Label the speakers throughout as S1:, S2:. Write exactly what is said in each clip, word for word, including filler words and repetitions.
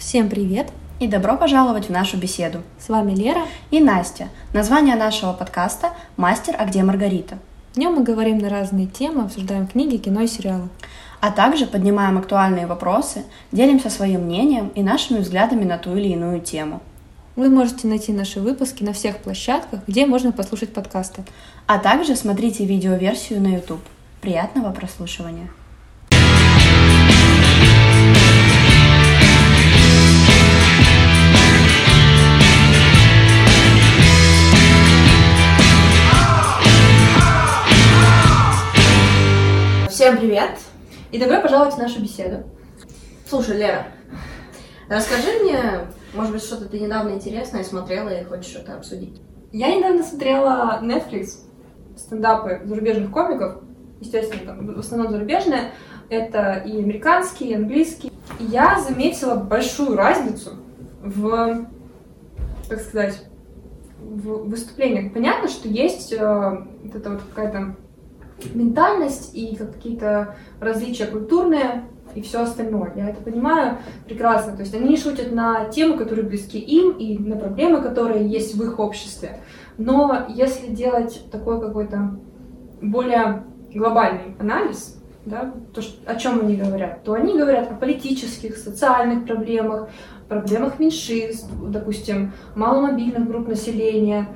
S1: Всем привет!
S2: И добро пожаловать в нашу беседу.
S1: С вами Лера
S2: и Настя. Название нашего подкаста «Мастер, а где Маргарита?».
S1: В нем мы говорим на разные темы, обсуждаем книги, кино и сериалы.
S2: А также поднимаем актуальные вопросы, делимся своим мнением и нашими взглядами на ту или иную тему.
S1: Вы можете найти наши выпуски на всех площадках, где можно послушать подкасты.
S2: А также смотрите видеоверсию на YouTube. Приятного прослушивания!
S3: Всем привет и добро пожаловать в нашу беседу. Слушай, Лера, расскажи мне, может быть, что-то ты недавно интересное смотрела и хочешь что-то обсудить?
S4: Я недавно смотрела Netflix, стендапы зарубежных комиков, естественно, там, в основном зарубежные, это и американские, и английские. И я заметила большую разницу в, так сказать, в выступлениях. Понятно, что есть э, вот эта вот какая-то ментальность и какие-то различия культурные и все остальное. Я это понимаю прекрасно. То есть они шутят на темы, которые близки им, и на проблемы, которые есть в их обществе. Но если делать такой какой-то более глобальный анализ, да, то, о чем они говорят, то они говорят о политических, социальных проблемах, проблемах меньшинств, допустим, маломобильных групп населения,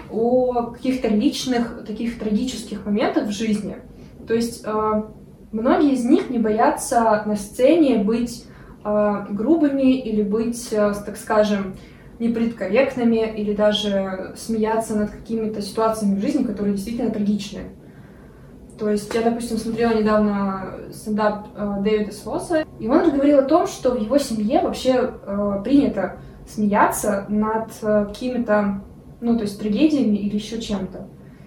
S4: о каких-то личных, таких трагических моментах в жизни. То есть э, многие из них не боятся на сцене быть э, грубыми или быть, э, так скажем, неполиткорректными или даже смеяться над какими-то ситуациями в жизни, которые действительно трагичные. То есть я, допустим, смотрела недавно стендап э, Дэвида Своса, и он говорил о том, что в его семье вообще э, принято смеяться над э, какими-то, ну, то есть трагедиями или еще чем-то.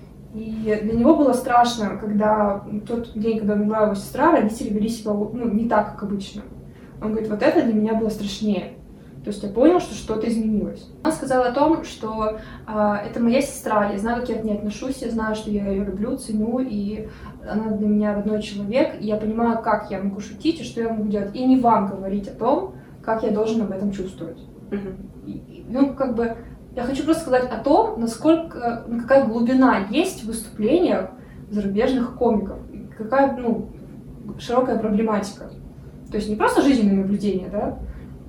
S4: И для него было страшно, когда тот день, когда умерла его сестра, родители вели себя, ну, не так, как обычно. Он говорит, вот это для меня было страшнее. То есть я понял, что что-то изменилось. Он сказал о том, что э, это моя сестра, я знаю, как я к ней отношусь, я знаю, что я ее люблю, ценю, и она для меня родной человек, и я понимаю, как я могу шутить и что я могу делать. И не вам говорить о том, как я должен об этом чувствовать.
S2: Mm-hmm.
S4: И, ну, как бы, я хочу просто сказать о том, насколько, какая глубина есть в выступлениях зарубежных комиков, какая, ну, широкая проблематика. То есть не просто жизненные наблюдения, да,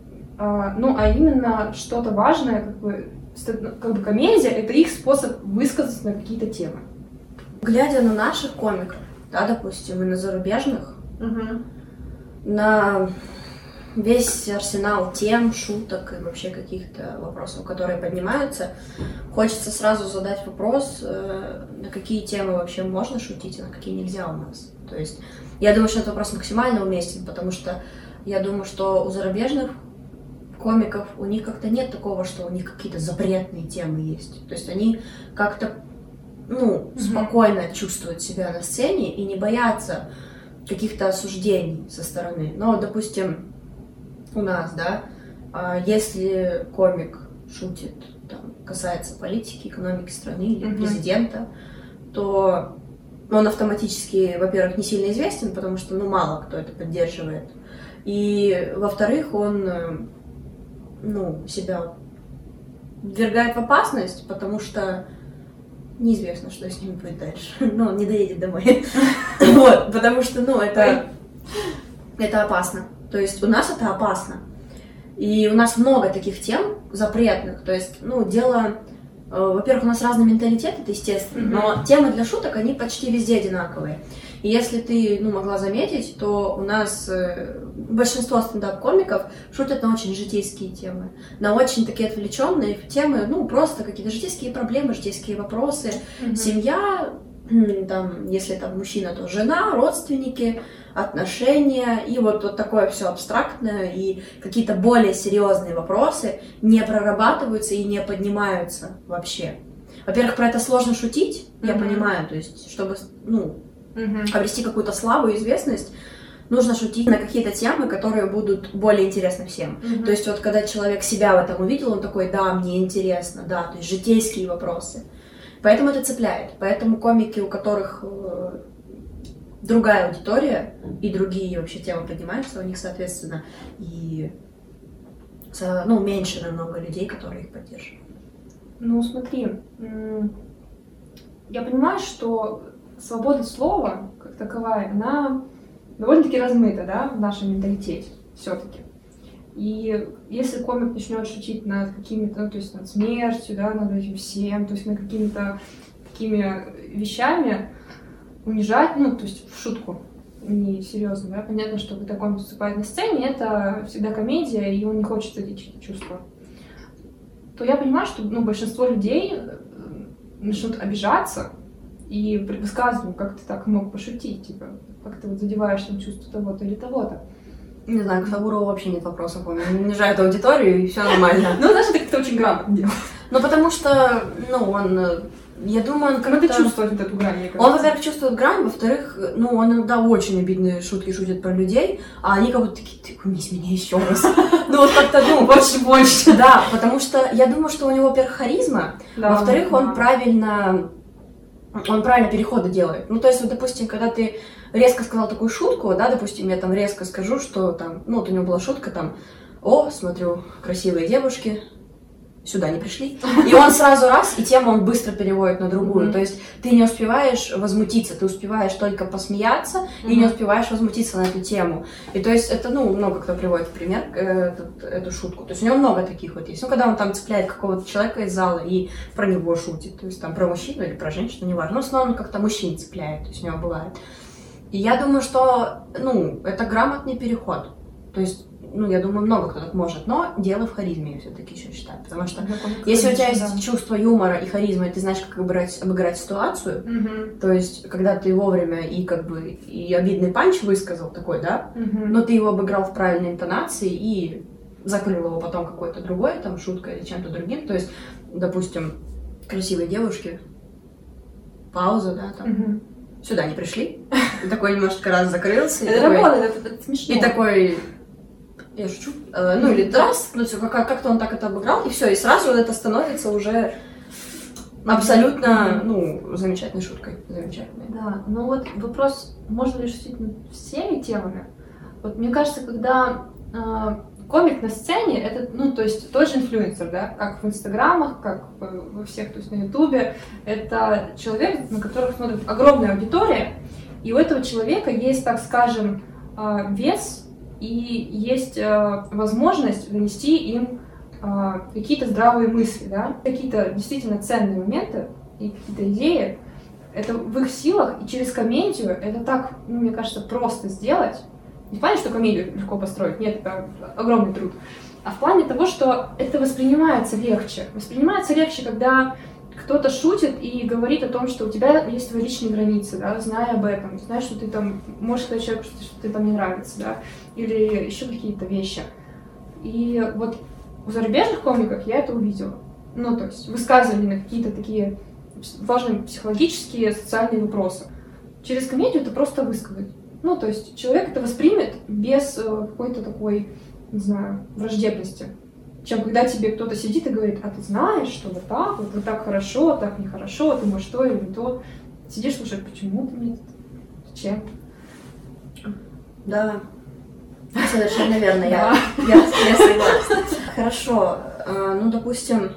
S4: а, ну, а именно что-то важное, как бы, как бы комедия — это их способ высказаться на какие-то темы.
S3: Глядя на наших комиков, да, допустим, и на зарубежных,
S4: Угу.
S3: на весь арсенал тем, шуток и вообще каких-то вопросов, которые поднимаются, хочется сразу задать вопрос, на какие темы вообще можно шутить, а на какие нельзя у нас. То есть я думаю, что этот вопрос максимально уместен, потому что я думаю, что у зарубежных комиков у них как-то нет такого, что у них какие-то запретные темы есть. То есть они как-то, ну,
S4: Mm-hmm.
S3: спокойно чувствуют себя на сцене и не боятся каких-то осуждений со стороны. Но, допустим, у нас, да, если комик шутит, там, касается политики, экономики страны или
S4: Mm-hmm.
S3: президента, то он автоматически, во-первых, не сильно известен, потому что, ну, мало кто это поддерживает. И, во-вторых, он, ну, себя ввергает в опасность, потому что неизвестно, что с ним будет дальше. Ну, он не доедет домой. Вот, потому что, ну, это, это опасно. То есть у нас это опасно. И у нас много таких тем запретных. То есть, ну, дело... Во-первых, у нас разный менталитет, это естественно, но темы для шуток, они почти везде одинаковые. И если ты, ну, могла заметить, то у нас э, большинство стендап-комиков шутят на очень житейские темы, на очень такие отвлеченные темы, ну, просто какие-то житейские проблемы, житейские вопросы, mm-hmm. семья, там, если там мужчина, то жена, родственники, отношения, и вот, вот такое все абстрактное, и какие-то более серьезные вопросы не прорабатываются и не поднимаются вообще. Во-первых, про это сложно шутить, mm-hmm. я понимаю, то есть, чтобы, ну, mm-hmm. обрести какую-то славу и известность, нужно шутить на какие-то темы, которые будут более интересны всем. Mm-hmm. То есть, вот когда человек себя в этом увидел, он такой, да, мне интересно, да, то есть, житейские вопросы. Поэтому это цепляет. Поэтому комики, у которых э, другая аудитория и другие вообще темы поднимаются, у них, соответственно, и ну, меньше намного людей, которые их поддерживают.
S4: Ну, смотри, я понимаю, что свобода слова, как таковая, она довольно-таки размыта, да, в нашем менталитете все-таки. И если комик начнет шутить над какими-то, ну, то есть над смертью, да, над этим всем, то есть над какими-то такими вещами, унижать, ну, то есть в шутку, не серьезно, да, понятно, что когда комик выступает на сцене, это всегда комедия, и он не хочет задеть чьи-то чувства, то я понимаю, что, ну, большинство людей начнут обижаться и высказывают, как ты так мог пошутить, типа, как ты вот задеваешь там чувство того-то или того-то.
S3: Не знаю, к Сабурову вообще нет вопросов, он унижает аудиторию, и все нормально.
S4: Ну, знаешь, ты как-то очень грамотно делал.
S3: Ну, потому что, ну, он, я думаю, он как-то...
S4: Надо чувствовать вот эту грань, мне кажется.
S3: Он, во-первых, чувствует грань, во-вторых, ну, он иногда очень обидные шутки шутит про людей, а они как будто такие, ты умись меня еще раз. Ну, вот как-то, ну,
S4: больше, больше.
S3: Да, потому что я думаю, что у него, во-первых, харизма, во-вторых, он правильно... Он правильно переходы делает. Ну, то есть, вот, допустим, когда ты резко сказал такую шутку, да, допустим, я там резко скажу, что там, ну, вот у него была шутка там, о, смотрю, красивые девушки, сюда не пришли. И он сразу раз, и тему он быстро переводит на другую. Mm-hmm. То есть ты не успеваешь возмутиться, ты успеваешь только посмеяться mm-hmm. и не успеваешь возмутиться на эту тему. И то есть это, ну, много кто приводит в пример этот, эту шутку. То есть у него много таких вот есть. Ну, когда он там цепляет какого-то человека из зала и про него шутит, то есть там про мужчину или про женщину, неважно. Но в основном он как-то мужчин цепляет, то есть у него бывает. И я думаю, что, ну, это грамотный переход. То есть, ну, я думаю, много кто так может, но дело в харизме, я все-таки еще считаю. Потому что если у тебя есть да. чувство юмора и харизма, и ты знаешь, как обыграть, обыграть ситуацию, mm-hmm. то есть, когда ты вовремя и как бы и обидный панч высказал такой, да, mm-hmm. но ты его обыграл в правильной интонации и закрыл его потом какой-то другой, там, шуткой или чем-то другим. То есть, допустим, красивые девушки, пауза, да, там, mm-hmm. сюда не пришли, и такой немножко раз закрылся.
S4: Это работает, это смешно.
S3: И такой... Я шучу. Э, ну, или раз, ну, как- как-то он так это обыграл, и все, и сразу это становится уже абсолютно, ну, замечательной шуткой. Замечательной.
S4: Да, ну вот вопрос, можно ли шутить над всеми темами? Вот мне кажется, когда э, комик на сцене, это, ну, то есть тот же инфлюенсер, да, как в инстаграмах, как во всех, то есть на ютубе, это человек, на которого смотрит огромная аудитория, и у этого человека есть, так скажем, э, вес, и есть э, возможность донести им э, какие-то здравые мысли, да, какие-то действительно ценные моменты и какие-то идеи. Это в их силах, и через комедию это так, ну, мне кажется, просто сделать. Не в плане, что комедию легко построить, нет, это огромный труд, а в плане того, что это воспринимается легче. Воспринимается легче, когда кто-то шутит и говорит о том, что у тебя есть твои личные границы, да, зная об этом, знаешь, что ты там можешь сказать человеку, что, что ты там не нравится, да, или еще какие-то вещи. И вот в зарубежных комиках я это увидела. Ну, то есть высказывали на какие-то такие важные психологические, социальные вопросы. Через комедию это просто высказать. Ну, то есть человек это воспримет без какой-то такой, не знаю, враждебности. Чем когда тебе кто-то сидит и говорит, а ты знаешь, что вот так, вот, вот так хорошо, так нехорошо, ты можешь то или не то. Сидишь, слушаешь, почему ты мне зачем?
S3: Да, совершенно верно, я, я, я согласна. Хорошо, ну, допустим,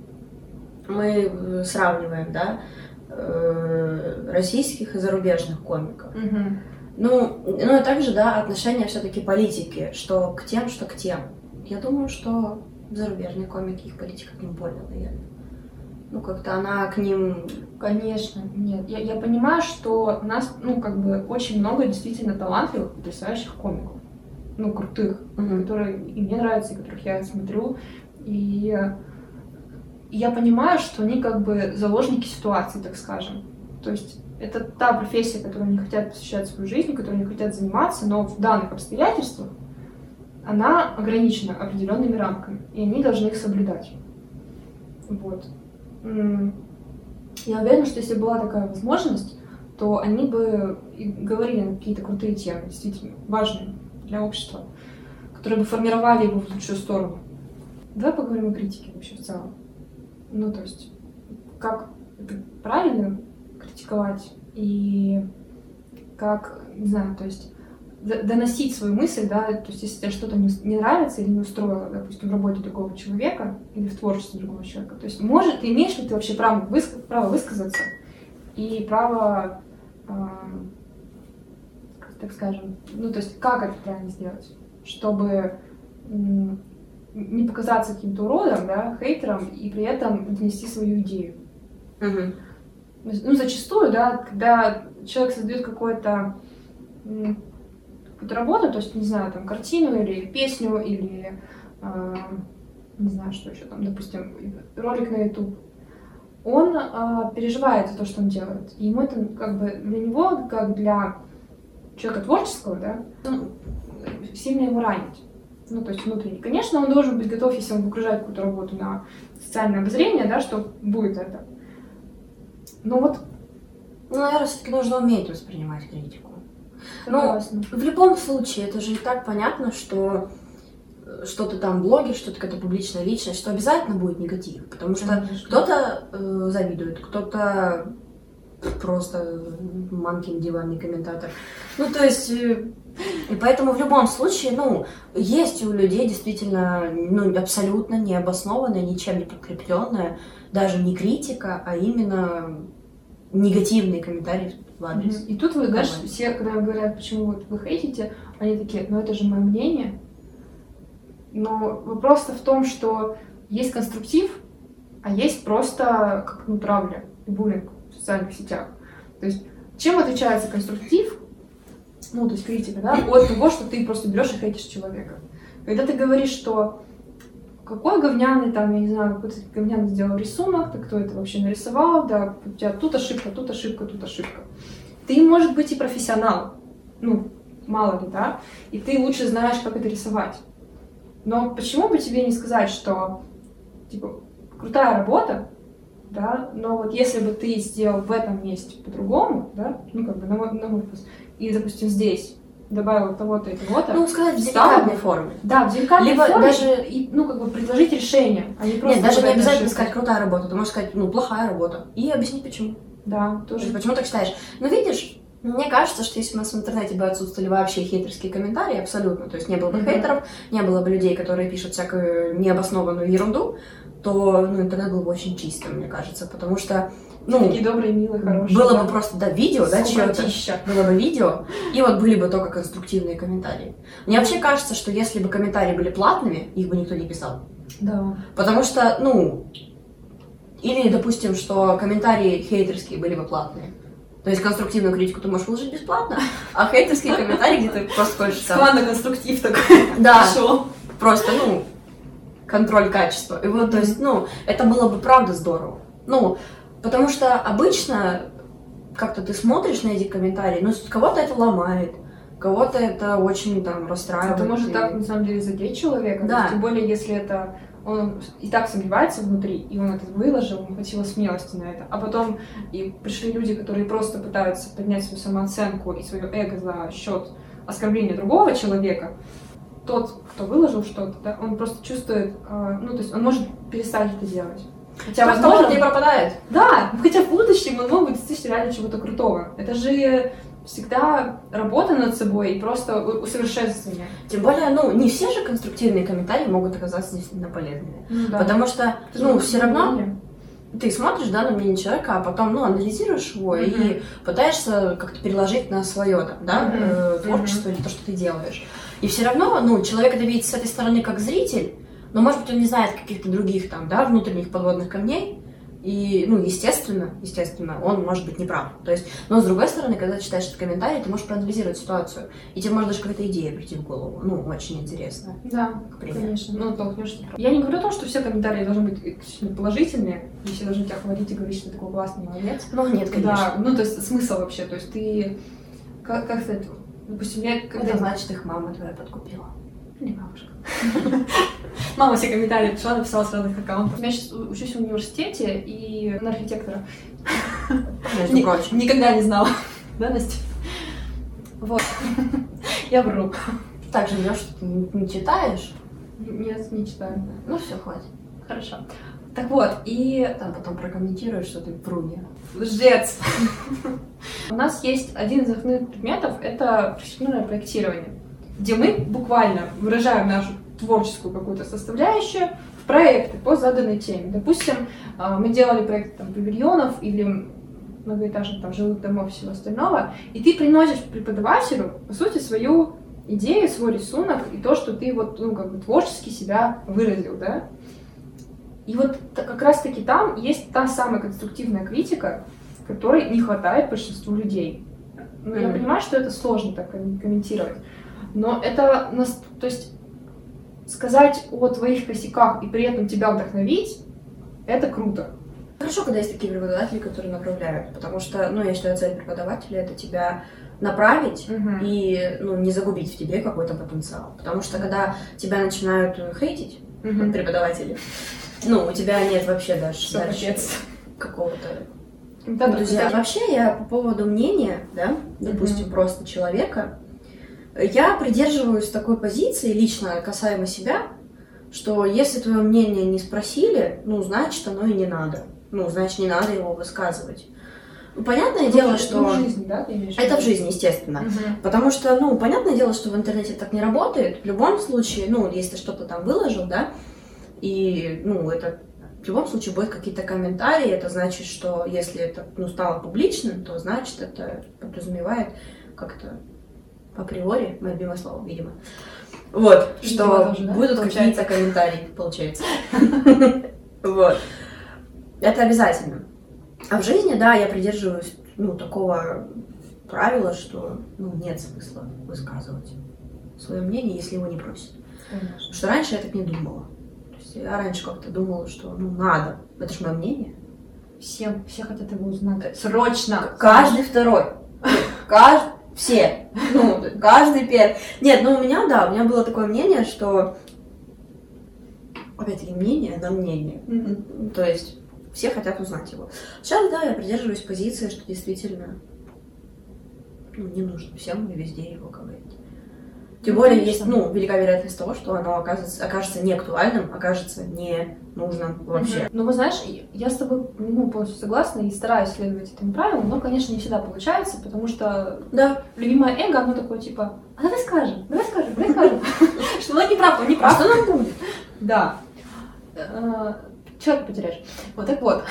S3: мы сравниваем, да, российских и зарубежных комиков.
S4: Mm-hmm.
S3: Ну, ну и также, да, отношение все-таки политики, что к тем, что к тем. Я думаю, что зарубежные комики, их политика к ним более лояльна. Ну, как-то она к ним...
S4: Конечно, нет. Я, я понимаю, что у нас, ну, как бы, очень много действительно талантливых, потрясающих комиков. Ну, крутых, mm-hmm. которые и мне нравятся, и которых я смотрю. И, и я понимаю, что они, как бы, заложники ситуации, так скажем. То есть это та профессия, которой они хотят посвящать свою жизнь, которой они хотят заниматься, но в данных обстоятельствах она ограничена определенными рамками, и они должны их соблюдать. Вот. Я уверена, что если была такая возможность, то они бы и говорили на какие-то крутые темы, действительно важные для общества, которые бы формировали его в лучшую сторону. Давай поговорим о критике вообще в целом. Ну, то есть, как это правильно критиковать, и как, не знаю, то есть, доносить свою мысль, да, то есть если тебе что-то не, не нравится или не устроило, допустим, в работе другого человека или в творчестве другого человека, то есть может, имеешь ли ты вообще право, выск- право высказаться и право, э, так скажем, ну, то есть как это правильно сделать, чтобы м- не показаться каким-то уродом, да, хейтером, и при этом донести свою идею.
S3: Угу.
S4: Ну, зачастую, да, когда человек создает какое-то м- какую-то работу, то есть, не знаю, там, картину или песню, или, э, не знаю, что еще там, допустим, ролик на YouTube, он э, переживает за то, что он делает. И ему это, как бы, для него, как для человека творческого, да, ну, сильно его ранить. Ну, то есть внутренне. Конечно, он должен быть готов, если он выгружает какую-то работу на социальное обозрение, да, что будет это. Но вот...
S3: Ну, наверное, все-таки нужно уметь воспринимать критику.
S4: Согласна.
S3: Ну, в любом случае, это же и так понятно, что что ты там блогер, что ты какая-то публичная личность, что обязательно будет негатив, потому что
S4: Конечно.
S3: кто-то э, завидует, кто-то просто манкин диванный комментатор. Ну, то есть, э, и поэтому в любом случае, ну, есть у людей действительно, ну, абсолютно необоснованная, ничем не подкрепленная, даже не критика, а именно негативные комментарии в адрес.
S4: И тут, вы, знаешь, все, когда говорят, почему вот вы хейтите, они такие, ну это же мое мнение. Но вопрос-то в том, что есть конструктив, а есть просто как ну, травля и буллинг в социальных сетях. То есть чем отличается конструктив, ну то есть критика, да, от того, что ты просто берешь и хейтишь человека. Когда ты говоришь, что какой говняный там, я не знаю, какой-то говняный сделал рисунок, ты кто это вообще нарисовал, да, у тебя тут ошибка, тут ошибка, тут ошибка. Ты, может быть, и профессионал, ну, мало ли, да, и ты лучше знаешь, как это рисовать. Но почему бы тебе не сказать, что, типа, крутая работа, да, но вот если бы ты сделал в этом месте по-другому, да, ну, как бы, на мой, на мой вкус, и, допустим, здесь добавила того-то и того-то.
S3: Ну, сказать в деликатной форме.
S4: Да, в деликатной
S3: Либо
S4: форме,
S3: даже...
S4: и, ну, как бы, предложить решение, а не просто...
S3: Нет, даже не обязательно
S4: ошибку.
S3: сказать крутая работа, ты можешь сказать, ну, плохая работа, и объяснить почему.
S4: Да,
S3: То
S4: тоже.
S3: есть, почему так считаешь? Ну, видишь, мне кажется, что если у нас в интернете бы отсутствовали вообще хейтерские комментарии, абсолютно, то есть не было бы mm-hmm. хейтеров, не было бы людей, которые пишут всякую необоснованную ерунду, то, ну, интернет был бы очень чистым, мне кажется, потому что, ну...
S4: Такие добрые, милые, хорошие.
S3: Было
S4: да.
S3: бы просто, да, видео, да, чьё-то. Было бы видео, и вот были бы только конструктивные комментарии. Мне вообще кажется, что если бы комментарии были платными, их бы никто не писал.
S4: Да.
S3: Потому что, ну... Или, допустим, что комментарии хейтерские были бы платные. То есть конструктивную критику ты можешь выложить бесплатно, а хейтерские комментарии, где ты просто хочешь сам...
S4: Складно-конструктив такой.
S3: Да,
S4: Пошел.
S3: просто, ну, контроль качества. И вот, то есть, ну, это было бы правда здорово. Ну, потому что обычно как-то ты смотришь на эти комментарии, ну, кого-то это ломает, кого-то это очень, там, расстраивает.
S4: Это может
S3: и...
S4: так, на самом деле, задеть человека.
S3: Да.
S4: Тем более, если это... Он и так сомневается внутри, и он это выложил, ему хватило смелости на это. А потом и пришли люди, которые просто пытаются поднять свою самооценку и свое эго за счет оскорбления другого человека. Тот, кто выложил что-то, да, он просто чувствует, э, ну, то есть он может перестать это делать. Хотя,
S3: Кто-то
S4: возможно,
S3: может не пропадает.
S4: Да, хотя в будущем он мог бы достичь реально чего-то крутого. Это же всегда работа над собой и просто усовершенствование.
S3: Тем более, ну, не все же конструктивные комментарии могут оказаться действительно полезными.
S4: Ну, да.
S3: Потому что,
S4: Это
S3: ну,
S4: же
S3: все равно
S4: мнение.
S3: ты смотришь, да, на мнение человека, а потом, ну, анализируешь его
S4: Мгм.
S3: и пытаешься как-то переложить на свое, там, да,
S4: Мгм.
S3: э, творчество или то, что ты делаешь. И все равно, ну, человек это видит с этой стороны как зритель, но, может быть, он не знает каких-то других, там, да, внутренних подводных камней. И, ну, естественно, естественно, он может быть неправ. То есть, но с другой стороны, когда ты читаешь этот комментарий, ты можешь проанализировать ситуацию, и тебе может даже какая-то идея прийти в голову. Ну, очень интересно.
S4: Да,
S3: К примеру.
S4: конечно. Ну, толкнешься. Я не говорю о том, что все комментарии должны быть исключительно положительные, и все должны тебя хвалить и говорить, что ты такой классный, молодец.
S3: Ну, нет, конечно.
S4: Да, ну, то есть смысл вообще, то есть ты, как, как сказать, допустим, я когда...
S3: Это значит, их мама твоя подкупила.
S4: Не бабушка. Мама все комментарии пришла, написала с разных аккаунтов. Я сейчас учусь в университете и на архитектора.
S3: Между
S4: Ни-
S3: прочим.
S4: Никогда не знала. Да, Настя? Вот. Я вру.
S3: Так живешь, что ты не, не читаешь?
S4: Нет, не читаю.
S3: Ну, все, хватит.
S4: Хорошо. Так вот, и...
S2: Там потом прокомментируешь, что ты врунья.
S4: Лжец! У нас есть один из основных предметов — это архитектурное проектирование, где мы буквально выражаем нашу творческую какую-то составляющую в проекты по заданной теме. Допустим, мы делали проекты там, павильонов или многоэтажных там, жилых домов и всего остального, и ты приносишь преподавателю, по сути, свою идею, свой рисунок и то, что ты вот, ну, как бы творчески себя выразил, да? И вот как раз-таки там есть та самая конструктивная критика, которой не хватает большинству людей. Ну, mm-hmm. Я понимаю, что это сложно так комментировать, но это, то есть, сказать о твоих косяках и при этом тебя вдохновить, это круто.
S3: Хорошо, когда есть такие преподаватели, которые направляют, потому что, ну, я считаю, цель преподавателя — это тебя направить uh-huh. и, ну, не загубить в тебе какой-то потенциал. Потому что, когда тебя начинают хейтить, uh-huh. преподаватели, ну, у тебя нет вообще даже дальше какого-то энтузиазма. Вообще, я по поводу мнения, да, допустим, uh-huh. просто человека, я придерживаюсь такой позиции, лично касаемо себя, что если твое мнение не спросили, ну, значит, оно и не надо. Ну, значит, не надо его высказывать. Ну, понятное ну, дело, что...
S4: в жизни, да, ты имеешь в виду?
S3: Это в жизни, естественно.
S4: Угу.
S3: Потому что, ну, понятное дело, что в интернете так не работает. В любом случае, ну, если ты что-то там выложил, да, и, ну, это в любом случае будут какие-то комментарии, это значит, что если это, ну, стало публичным, то значит, это подразумевает как-то априори, мое любимое слово, видимо. Вот, что тоже, да? Будут какие-то комментарии, получается. Вот. Это обязательно. А в жизни, да, я придерживаюсь, ну, такого правила, что, ну, нет смысла высказывать свое мнение, если его не просят. Конечно. Потому что раньше я так не думала. То есть я раньше как-то думала, что, ну, надо. Это же мое мнение.
S4: Все, все хотят его узнать. Срочно!
S3: Каждый второй. Каждый. Все. Ну, каждый первый. Нет, ну у меня, да, у меня было такое мнение, что... Опять-таки, мнение на мнение. Mm-hmm. То есть, все хотят узнать его. Сейчас, да, я придерживаюсь позиции, что действительно, ну, не нужно всем и везде его говорить. Тем ну, более, конечно. Есть, ну, велика вероятность того, что оно окажется, окажется неактуальным, окажется не нужным вообще.
S4: Mm-hmm. Ну, вы знаешь, я с тобой, ну, полностью согласна и стараюсь следовать этим правилам, но, конечно, не всегда получается, потому что
S3: да.
S4: любимое эго, оно такое, типа, а давай скажем, давай скажем, давай скажем, что он не прав, он не прав, что нам будет? Да. Человек потеряешь. Вот так вот.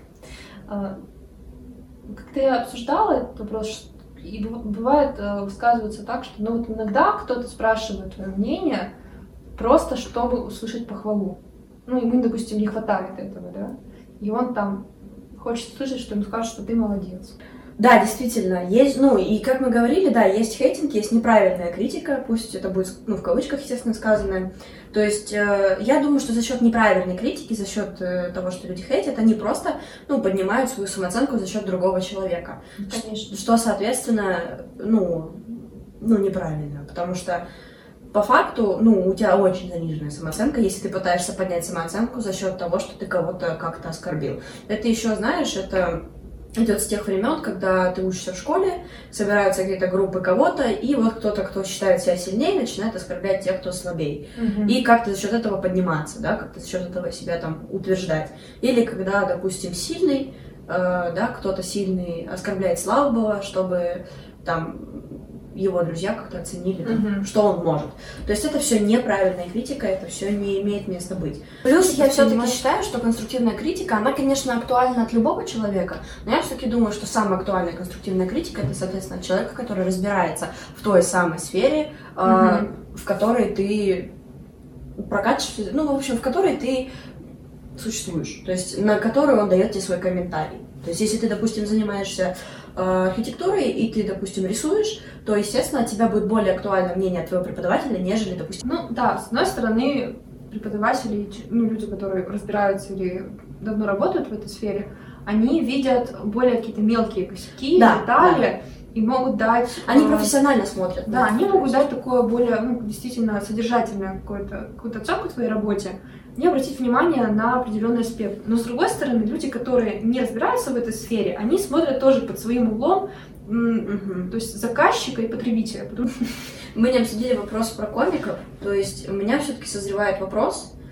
S4: Как ты обсуждала этот вопрос, и бывает высказывается так, что ну вот иногда кто-то спрашивает твое мнение просто чтобы услышать похвалу. Ну, ему, допустим, не хватает этого, да? И он там хочет слышать, что ему скажут, что ты молодец.
S3: Да, действительно, есть, ну, и как мы говорили, да, есть хейтинг, есть неправильная критика, пусть это будет, ну, в кавычках, естественно, сказанное. То есть, э, я думаю, что за счет неправильной критики, за счет э, того, что люди хейтят, они просто, ну, поднимают свою самооценку за счет другого человека.
S4: Конечно.
S3: Что, соответственно, ну, ну, неправильно, потому что по факту, ну, у тебя очень заниженная самооценка, если ты пытаешься поднять самооценку за счет того, что ты кого-то как-то оскорбил. Это еще, знаешь, это... идет с тех времен, когда ты учишься в школе, собираются какие-то группы кого-то, и вот кто-то, кто считает себя сильнее, начинает оскорблять тех, кто слабее. Mm-hmm. И как-то за счет этого подниматься, да, как-то за счет этого себя там утверждать. Или когда, допустим, сильный, э, да, кто-то сильный оскорбляет слабого, чтобы там его друзья как-то оценили, там, mm-hmm. что он может. То есть это все неправильная критика, это все не имеет места быть. Плюс я все-таки считаю, что конструктивная критика, она, конечно, актуальна от любого человека, но я все-таки думаю, что самая актуальная конструктивная критика — это, соответственно, человека, который разбирается в той самой сфере, mm-hmm. э, в которой ты прокачиваешься, ну, в общем, в которой ты существуешь, то есть на которой он дает тебе свой комментарий. То есть если ты, допустим, занимаешься архитектурой, и ты, допустим, рисуешь, то, естественно, от тебя будет более актуальное мнение твоего преподавателя, нежели, допустим...
S4: Ну, да, с одной стороны, преподаватели, ну, люди, которые разбираются или давно работают в этой сфере, они видят более какие-то мелкие косяки, да, детали, да. И могут дать...
S3: Они профессионально смотрят.
S4: Да, они могут дать такое более, ну, действительно содержательное какое-то, какую-то оценку твоей работе, не обратить внимание на определенный аспект. Но, с другой стороны, люди, которые не разбираются в этой сфере, они смотрят тоже под своим углом, mm-hmm. то есть заказчика и потребителя.
S3: Мы не обсудили вопрос про комиков, то есть у меня все-таки созревает вопрос,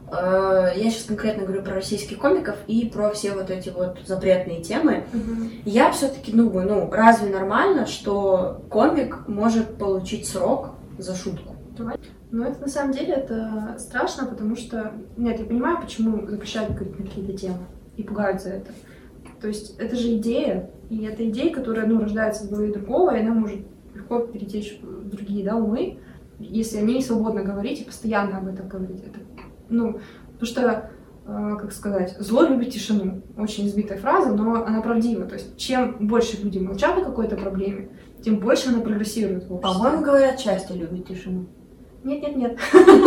S3: Я сейчас конкретно говорю про российских комиков и про все вот эти вот запретные темы.
S4: Мгм.
S3: Я все-таки думаю, ну, разве нормально, что комик может получить срок за шутку?
S4: Но это на самом деле это страшно, потому что... Нет, я понимаю, почему запрещают говорить на какие-то темы и пугают за это. То есть это же идея, и это идея, которая, ну, рождается в голове другого, и она может легко перетечь в другие, да, умы, если о ней свободно говорить и постоянно об этом говорить. Это, ну, потому что, э, как сказать, зло любит тишину. Очень избитая фраза, но она правдива. То есть чем больше люди молчат о какой-то проблеме, тем больше она прогрессирует в обществе.
S3: По-моему, говорят, счастье любит тишину.
S4: Нет, нет, нет.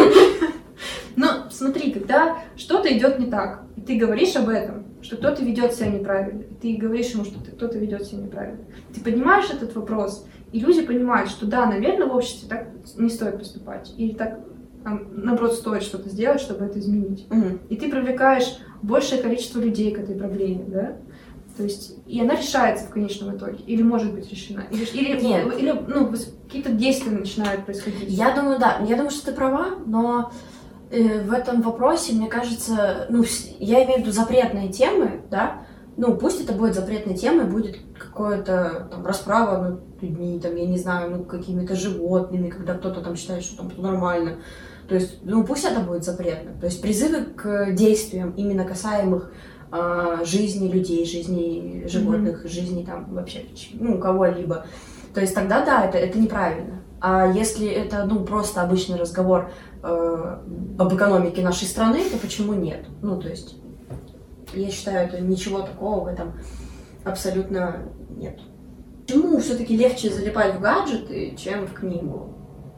S4: Но смотри, когда что-то идет не так, и ты говоришь об этом, что кто-то ведет себя неправильно, и ты говоришь ему, что кто-то ведет себя неправильно, ты поднимаешь этот вопрос, и люди понимают, что да, наверное, в обществе так не стоит поступать, или так, наоборот, стоит что-то сделать, чтобы это изменить.
S3: Угу.
S4: И ты привлекаешь большее количество людей к этой проблеме, да? То есть, и она решается в конечном итоге, или может быть решена, или, или,
S3: Нет.
S4: или ну, какие-то действия начинают происходить.
S3: Я думаю, да, я думаю, что ты права, но э, в этом вопросе, мне кажется, ну, я имею в виду запретные темы, да, ну, пусть это будет запретной темой, будет какое-то там расправа над людьми, там, я не знаю, ну, какими-то животными, когда кто-то там считает, что там нормально. То есть, ну, пусть это будет запретно. То есть призывы к действиям, именно касаемых э, жизни людей, жизни животных, mm-hmm. жизни там вообще, ну, кого-либо. То есть тогда, да, это, это неправильно. А если это, ну, просто обычный разговор э, об экономике нашей страны, то почему нет? Ну, то есть, я считаю, это ничего такого в этом абсолютно нет. Почему все-таки легче залипать в гаджеты, чем в книгу?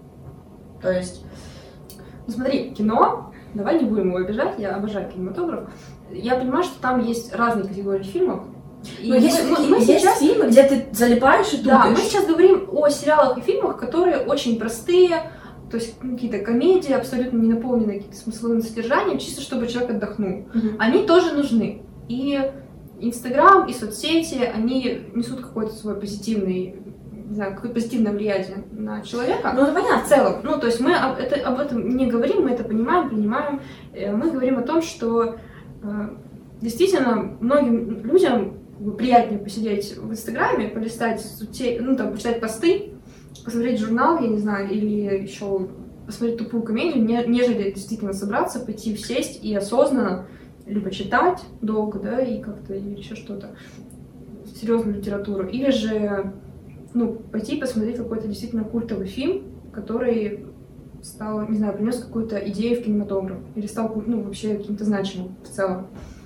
S3: То есть...
S4: Ну, смотри, кино, давай не будем его обижать, я обожаю кинематограф. Я понимаю, что там есть разные категории фильмов.
S3: Но есть, мы, мы есть сейчас... фильмы, где ты залипаешь и тупишь.
S4: Да, мы сейчас говорим о сериалах и фильмах, которые очень простые, то есть какие-то комедии, абсолютно не наполненные каким-то смысловым содержанием, чисто чтобы человек отдохнул.
S3: Mm-hmm.
S4: Они тоже нужны. И Инстаграм, и соцсети, они несут какой-то свой позитивный, не знаю, какое-то позитивное влияние на человека.
S3: Ну, это понятно.
S4: В целом. Ну, то есть мы об, это, об этом не говорим, мы это понимаем, принимаем. Мы говорим о том, что э, действительно многим людям приятнее посидеть в Инстаграме, полистать соцсети, ну, там, почитать посты, посмотреть журнал, я не знаю, или еще посмотреть тупую комедию, не, нежели действительно собраться, пойти сесть и осознанно либо читать долго, да, и как-то, или еще что-то, серьезную литературу, или же, ну, пойти посмотреть какой-то действительно культовый фильм, который стал, не знаю, принес какую-то идею в кинематограф, или стал, ну, вообще каким-то значимым в целом.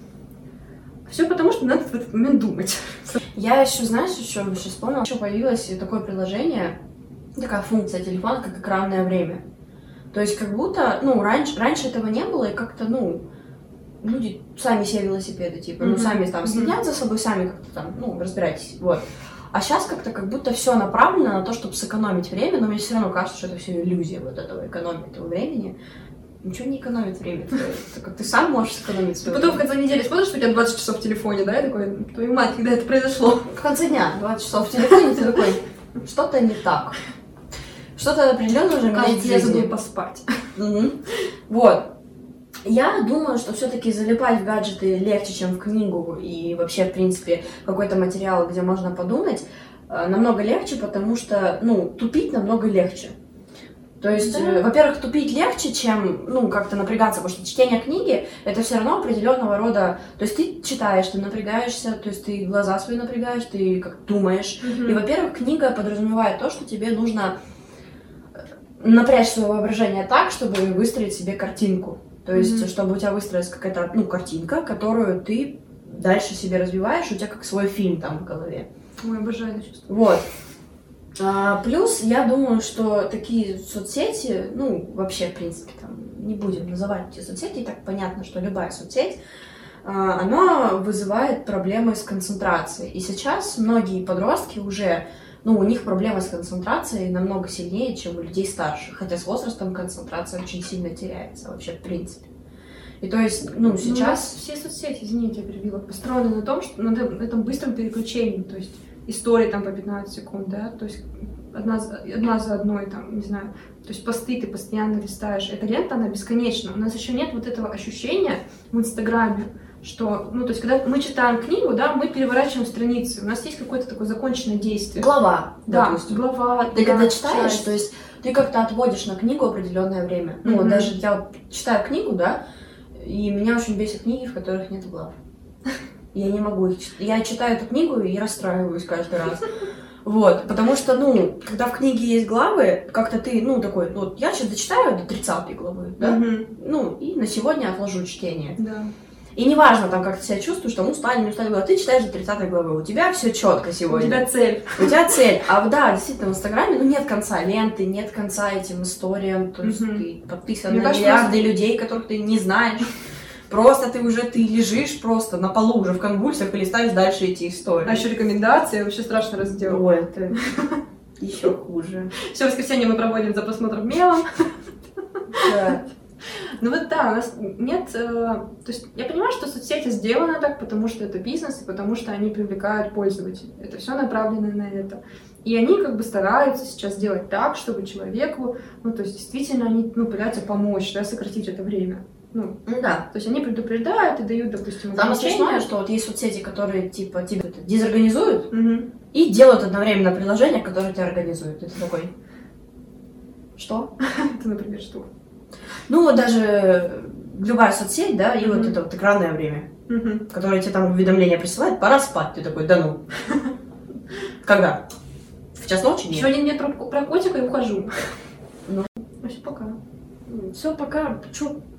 S4: Все потому, что надо в этот момент думать.
S3: Я еще, знаешь, еще еще вспомнила, еще появилось такое приложение, такая функция телефона, как экранное время. То есть как будто, ну, раньше, раньше этого не было, и как-то, ну, люди сами себе велосипеды, типа, mm-hmm. ну, сами там следят mm-hmm. за собой, сами как-то там, ну, разбирайтесь, вот. А сейчас как-то как будто все направлено на то, чтобы сэкономить время, но мне все равно кажется, что это все иллюзия вот этого экономии этого времени. Ничего не экономит время, это как ты сам можешь сэкономить свое
S4: Потом
S3: время.
S4: в конце недели смотришь, что у тебя двадцать часов в телефоне, да, и такой, твою мать, когда это произошло?
S3: В конце дня, двадцать часов в телефоне, ты такой, что-то не так. Что-то определенно уже меняется в жизни.
S4: Я забыла поспать.
S3: Угу. Вот. Я думаю, что все-таки залипать в гаджеты легче, чем в книгу и вообще, в принципе, какой-то материал, где можно подумать, намного легче, потому что, ну, тупить намного легче. То есть, да. э, во-первых, тупить легче, чем, ну, как-то напрягаться, потому что чтение книги — это все равно определенного рода... То есть ты читаешь, ты напрягаешься, то есть ты глаза свои напрягаешь, ты как думаешь. Mm-hmm. И, во-первых, книга подразумевает то, что тебе нужно напрячь свое воображение так, чтобы выстроить себе картинку. То есть, mm-hmm. чтобы у тебя выстроилась какая-то, ну, картинка, которую ты дальше себе развиваешь, у тебя как свой фильм там в голове.
S4: Ой, обожаю это чувство.
S3: Вот. А, плюс, я думаю, что такие соцсети, ну, вообще, в принципе, там, не будем называть эти соцсети, и так понятно, что любая соцсеть, а, она вызывает проблемы с концентрацией. И сейчас многие подростки уже, ну, у них проблемы с концентрацией намного сильнее, чем у людей старших, хотя с возрастом концентрация очень сильно теряется вообще, в принципе. И то есть, ну, сейчас...
S4: Ну, все соцсети, извините, я перебила, построены на том, что на этом быстром переключении, то есть истории там по пятнадцать секунд, да, то есть одна за, одна за одной, там, не знаю, то есть посты ты постоянно листаешь. Эта лента, она бесконечна. У нас еще нет вот этого ощущения в Инстаграме, что, ну, то есть, когда мы читаем книгу, да, мы переворачиваем страницы, у нас есть какое-то такое законченное действие.
S3: Глава,
S4: да,
S3: допустим.
S4: глава.
S3: Ты
S4: да,
S3: когда читаешь,
S4: часть.
S3: то есть ты как-то отводишь на книгу определенное время. Ну,
S4: Мгм.
S3: вот даже я вот читаю книгу, да, и меня очень бесит книги, в которых нет глав. Я не могу их читать. Я читаю эту книгу и расстраиваюсь каждый раз. Вот, потому что, ну, когда в книге есть главы, как-то ты, ну, такой, ну, вот я сейчас дочитаю до тридцатой главы, да,
S4: Мгм.
S3: ну, и на сегодня отложу чтение.
S4: Да.
S3: И неважно, там, как ты себя чувствуешь, там, устали, не устали, ты читаешь до тридцатой главы, у тебя все четко
S4: У
S3: сегодня.
S4: тебя цель.
S3: У тебя цель. А да, действительно, в Инстаграме, ну, нет конца ленты, нет конца этим историям, то есть
S4: Мгм.
S3: ты подписан
S4: Мне
S3: на
S4: кажется,
S3: миллиарды людей, которых ты не знаешь. Просто ты уже, ты лежишь просто на полу уже в конвульсиях и листаешь дальше эти истории.
S4: А еще рекомендации, вообще страшно раздел.
S3: Ой, это еще хуже.
S4: Все воскресенье мы проводим за просмотром мемов.
S3: Да.
S4: Ну вот да, у нас нет... э, то есть я понимаю, что соцсети сделаны так, потому что это бизнес, и потому что они привлекают пользователей. Это все направлено на это. И они как бы стараются сейчас сделать так, чтобы человеку, ну то есть действительно они, ну, пытаются помочь, да, сократить это время. Ну,
S3: Ну да.
S4: то есть они предупреждают и дают, допустим,
S3: Самое
S4: ограничения.
S3: смешное, что вот есть соцсети, которые типа тебя это дезорганизуют
S4: Мгм.
S3: и делают одновременно приложение, которое тебя организует. Это такой... Что?
S4: Это, например, что?
S3: Ну вот даже любая соцсеть, да, и вот
S4: Мгм.
S3: это вот экранное время,
S4: Мгм.
S3: которое тебе там уведомление присылает, пора спать. Ты такой, да ну. Когда? В час ночи? Нет.
S4: Сегодня нет про, про котика и ухожу.
S3: Ну.
S4: Вообще пока.
S3: Все, пока. Чё?